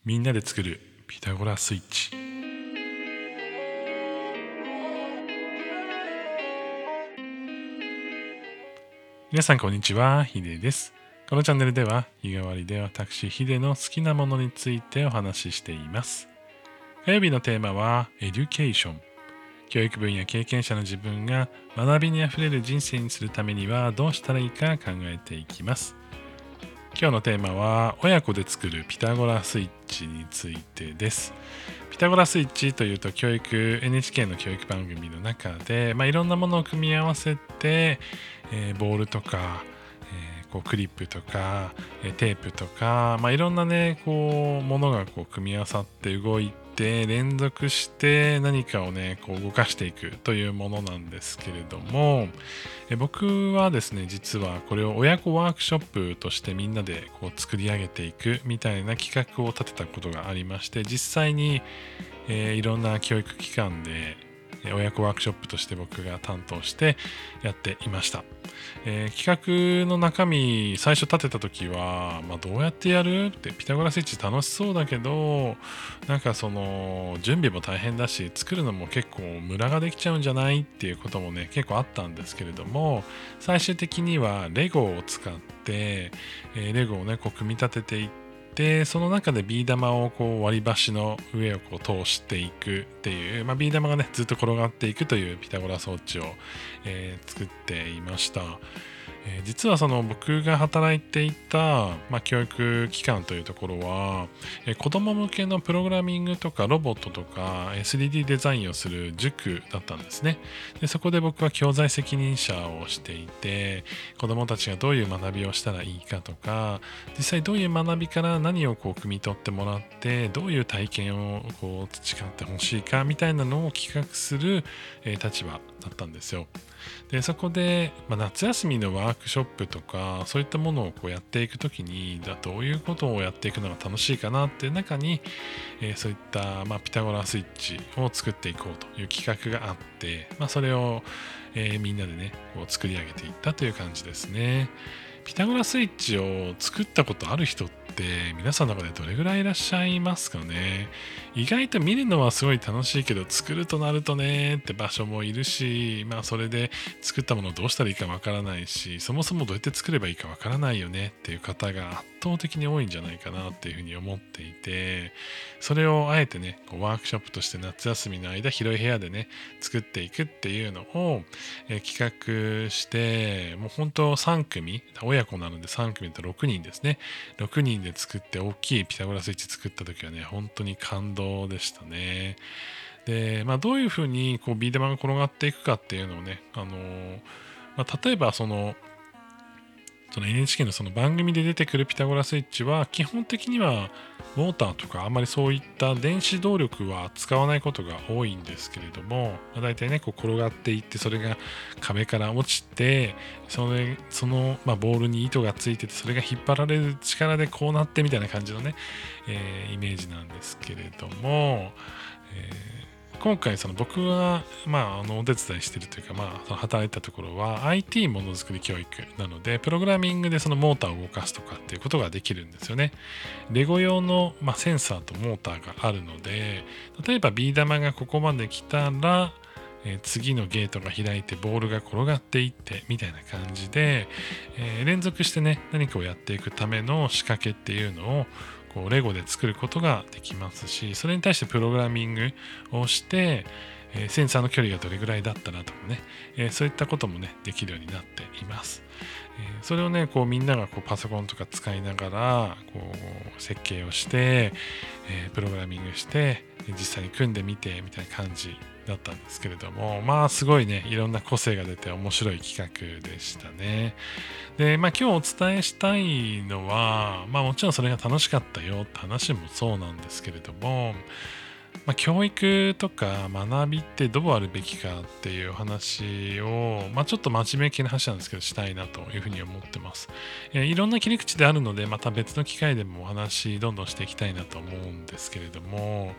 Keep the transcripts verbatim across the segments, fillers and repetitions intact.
みんなで作るピタゴラスイッチ。皆さんこんにちは、ヒデです。このチャンネルでは日替わりで私ヒデの好きなものについてお話ししています。火曜日のテーマはエデュケーション。教育分野経験者の自分が学びにあふれる人生にするためにはどうしたらいいか考えていきます。今日のテーマは親子で作るピタゴラスイッチについてです。ピタゴラスイッチというと教育 エヌエイチケー の教育番組の中で、まあ、いろんなものを組み合わせて、えーボールとか、えーこうクリップとか、えーテープとか、まあ、いろんなねこうものがこう組み合わさって動いて連続して何かをねこう動かしていくというものなんですけれども、え僕はですね実はこれを親子ワークショップとしてみんなでこう作り上げていくみたいな企画を立てたことがありまして、実際に、えーいろんな教育機関でえー親子ワークショップとして僕が担当してやっていました。えー企画の中身最初立てた時は、まあ、どうやってやるってピタゴラスイッチ楽しそうだけどなんかその準備も大変だし作るのも結構ムラができちゃうんじゃないっていうこともね結構あったんですけれども、最終的にはレゴを使って、えーレゴをねこう組み立てていってその中でビー玉をこう割り箸の上をこう通していくっていう、まあ、ビー玉がねずっと転がっていくというピタゴラ装置を、えー作っていました。えー実はその僕が働いていた、まあ、教育機関というところは、えー子供向けのプログラミングとかロボットとか エスリーディー デザインをする塾だったんですね。でそこで僕は教材責任者をしていて、子供たちがどういう学びをしたらいいかとか、実際どういう学びから何をこう汲み取ってもらってどういう体験をこう培ってほしいかみたいなのを企画する、えー立場だったんですよ。でそこで、まあ、夏休みのワークショップとかそういったものをこうやっていくときにだどういうことをやっていくのが楽しいかなっていう中に、えーそういった、まあ、ピタゴラスイッチを作っていこうという企画があって、まあ、それを、えーみんなでねこう作り上げていったという感じですね。ピタゴラスイッチを作ったことある人って皆さんの中でどれぐらいいらっしゃいますかね。意外と見るのはすごい楽しいけど作るとなるとねって場所もいるし、まあそれで作ったものをどうしたらいいかわからないし、そもそもどうやって作ればいいかわからないよねっていう方が圧倒的に多いんじゃないかなっていうふうに思っていて、それをあえてねこうワークショップとして夏休みの間広い部屋でね作っていくっていうのを、えー企画して、もう本当さん組、親子なのでさん組とろくにんですね。ろくにんで作って大きいピタゴラスイッチ作った時はね、本当に感動でしたね。で、まあどういうふうにこうビー玉が転がっていくかっていうのをね、あのーまあ、例えばそのその エヌエイチケー のその番組で出てくるピタゴラスイッチは基本的にはモーターとかあんまりそういった電子動力は使わないことが多いんですけれども、まあ、大体ねこう転がっていってそれが壁から落ちてそれその、まあ、ボールに糸がついててそれが引っ張られる力でこうなってみたいな感じのね、えーイメージなんですけれども、えー今回その僕が、まあ、あのお手伝いしてるというか、まあ、その働いたところは アイティー ものづくり教育なのでプログラミングでそのモーターを動かすとかっていうことができるんですよね。レゴ用の、まあ、センサーとモーターがあるので、例えばビー玉がここまで来たらえー次のゲートが開いてボールが転がっていってみたいな感じで、えー連続してね何かをやっていくための仕掛けっていうのをこうレゴで作ることができますし、それに対してプログラミングをして、えーセンサーの距離がどれぐらいだったらとかね、えーそういったこともねできるようになっています。えーそれをねこうみんながこうパソコンとか使いながらこう設計をして、えープログラミングして実際に組んでみてみたいな感じだったんですけれども、まあすごいねいろんな個性が出て面白い企画でしたね。でまあ今日お伝えしたいのは、まあもちろんそれが楽しかったよって話もそうなんですけれども、まあ、教育とか学びってどうあるべきかっていう話を、まあ、ちょっと真面目系な話なんですけどしたいなというふうに思ってます。えーいろんな切り口であるのでまた別の機会でもお話どんどんしていきたいなと思うんですけれども、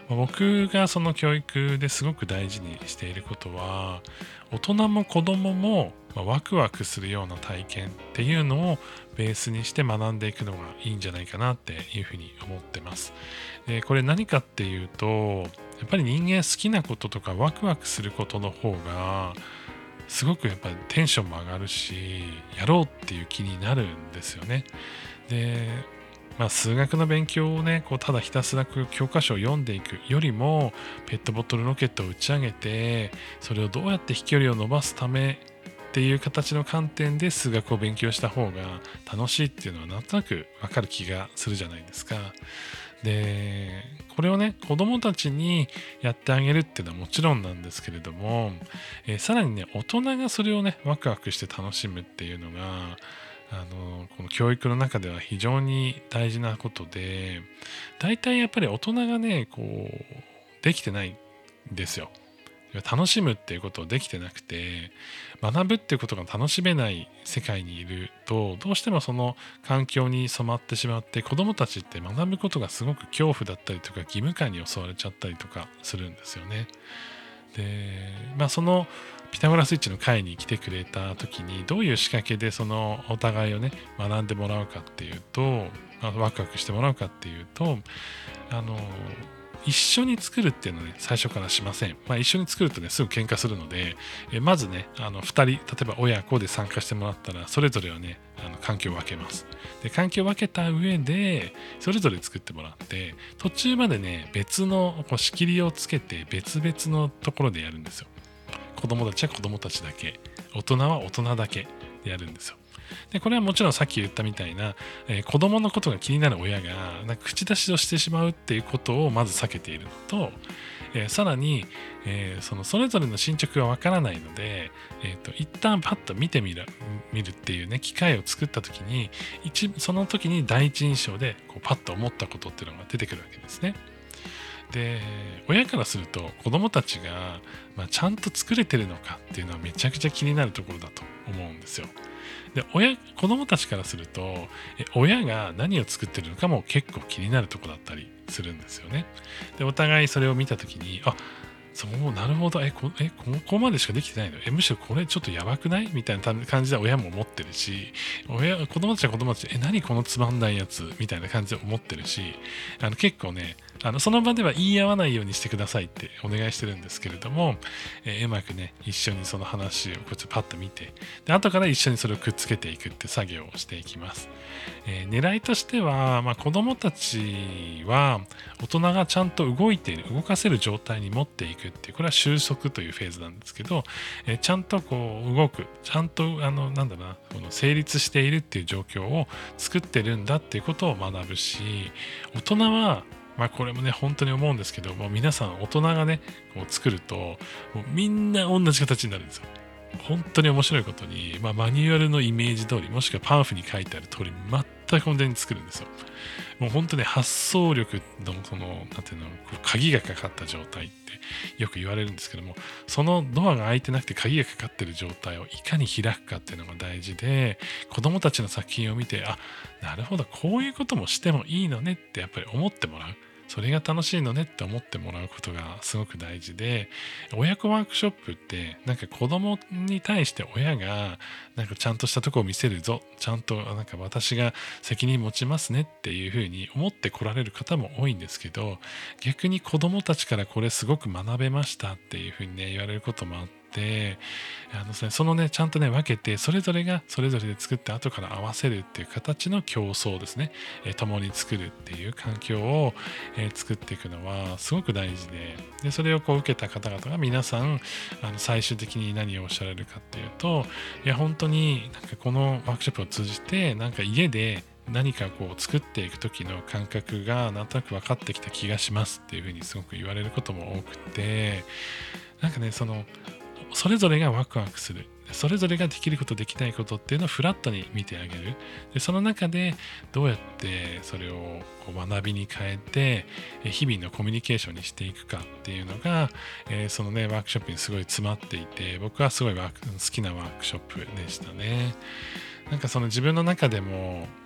僕がその教育ですごく大事にしていることは、大人も子供もワクワクするような体験っていうのをベースにして学んでいくのがいいんじゃないかなっていうふうに思ってます。でこれ何かっていうと、やっぱり人間好きなこととかワクワクすることの方がすごくやっぱりテンションも上がるし、やろうっていう気になるんですよね。で、まあ、数学の勉強をね、こうただひたすら教科書を読んでいくよりも、ペットボトルロケットを打ち上げて、それをどうやって飛距離を伸ばすためっていう形の観点で数学を勉強した方が楽しいっていうのはなんとなくわかる気がするじゃないですか。で、これをね、子供たちにやってあげるっていうのはもちろんなんですけれども、えーさらにね、大人がそれをね、ワクワクして楽しむっていうのが、あの、この教育の中では非常に大事なことで、大体やっぱり大人がね、こう、できてないんですよ。楽しむっていうことをできてなくて、学ぶっていうことが楽しめない世界にいると、どうしてもその環境に染まってしまって、子供たちって学ぶことがすごく恐怖だったりとか義務感に襲われちゃったりとかするんですよね。で、まあそのピタゴラスイッチの会に来てくれた時にどういう仕掛けでそのお互いをね学んでもらうかっていうと、まあ、ワクワクしてもらうかっていうと、あの一緒に作るっていうのはね、最初からしません。まあ、一緒に作るとね、すぐ喧嘩するので、えまずね、あのふたり、例えば親子で参加してもらったら、それぞれはね、あの環境を分けます。で、環境を分けた上で、それぞれ作ってもらって、途中までね、別のこう仕切りをつけて、別々のところでやるんですよ。子供たちは子供たちだけ、大人は大人だけでやるんですよ。でこれはもちろんさっき言ったみたいな、えー子供のことが気になる親がなんか口出しをしてしまうっていうことをまず避けているのと、えーさらに、えーそのそれぞれの進捗がわからないので、えーと一旦パッと見てみる見るっていうね機会を作った時に一その時に第一印象でこうパッと思ったことっていうのが出てくるわけですね。で親からすると子供たちが、まあ、ちゃんと作れてるのかっていうのはめちゃくちゃ気になるところだと思うんですよ。で親子供たちからするとえ親が何を作ってるのかも結構気になるところだったりするんですよね。でお互いそれを見た時にあそうなるほどえこえここまでしかできてないのえむしろこれちょっとやばくないみたいな感じで親も思ってるし、親子供たちは子供たちえ何このつまんないやつみたいな感じで思ってるし、あの結構ねあのその場では言い合わないようにしてくださいってお願いしてるんですけれども、えーうまくね一緒にその話をこっちパッと見て、で後から一緒にそれをくっつけていくって作業をしていきます。えー狙いとしては、まあ、子供たちは大人がちゃんと動いている動かせる状態に持っていくっていう、これは収束というフェーズなんですけど、えーちゃんとこう動く、ちゃんとあのなんだろうなこの成立しているっていう状況を作ってるんだっていうことを学ぶし、大人はまあこれもね本当に思うんですけども、皆さん大人がねこう作るともうみんな同じ形になるんですよ。本当に面白いことに、まあ、マニュアルのイメージ通りもしくはパンフに書いてある通り全く同じに作るんですよ。もう本当に発想力のそのなんていうのこう鍵がかかった状態ってよく言われるんですけども、そのドアが開いてなくて鍵がかかってる状態をいかに開くかっていうのが大事で、子供たちの作品を見てあなるほどこういうこともしてもいいのねってやっぱり思ってもらう、それが楽しいのねって思ってもらうことがすごく大事で、親子ワークショップってなんか子供に対して親がなんかちゃんとしたとこを見せるぞ、ちゃんとなんか私が責任持ちますねっていうふうに思ってこられる方も多いんですけど、逆に子供たちからこれすごく学べましたっていうふうにね言われることもあって、であのそのねちゃんとね分けてそれぞれがそれぞれで作って後から合わせるっていう形の競争ですね、えー共に作るっていう環境を、えー作っていくのはすごく大事で、でそれをこう受けた方々が皆さんあの最終的に何をおっしゃられるかっていうと、いや本当になんかこのワークショップを通じてなんか家で何かこう作っていく時の感覚がなんとなく分かってきた気がしますっていうふうにすごく言われることも多くて、なんかねそのそれぞれがワクワクする、それぞれができることできないことっていうのをフラットに見てあげる、でその中でどうやってそれをこう学びに変えてえ日々のコミュニケーションにしていくかっていうのが、えーそのねワークショップにすごい詰まっていて、僕はすごいワーク好きなワークショップでしたね。なんかその自分の中でも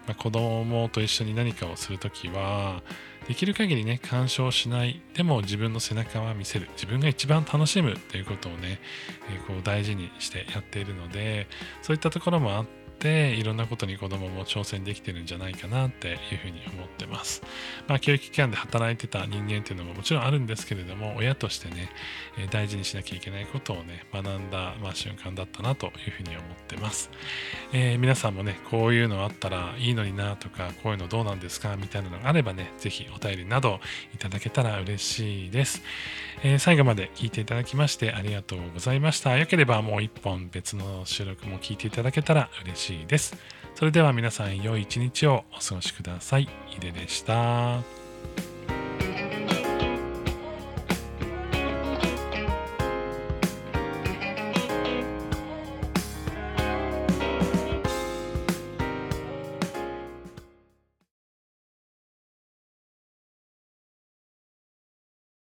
まあ、子供と一緒に何かをするときは、できる限りね、干渉しない。でも自分の背中は見せる。自分が一番楽しむっていうことをね、えーこう大事にしてやっているので、そういったところもあって、いろんなことに子供も挑戦できてるんじゃないかなっていうふうに思ってます。まあ、教育機関で働いてた人間っていうのももちろんあるんですけれども、親としてね、えー大事にしなきゃいけないことをね、学んだ、まあ、瞬間だったなというふうに思ってます。えー皆さんもね、こういうのあったらいいのになとか、こういうのどうなんですかみたいなのがあればね、ぜひお便りなどいただけたら嬉しいです。えー最後まで聞いていただきましてありがとうございました。よければもう一本別の収録も聞いていただけたら嬉しいです。それでは皆さん良い一日をお過ごしください。ヒデでした。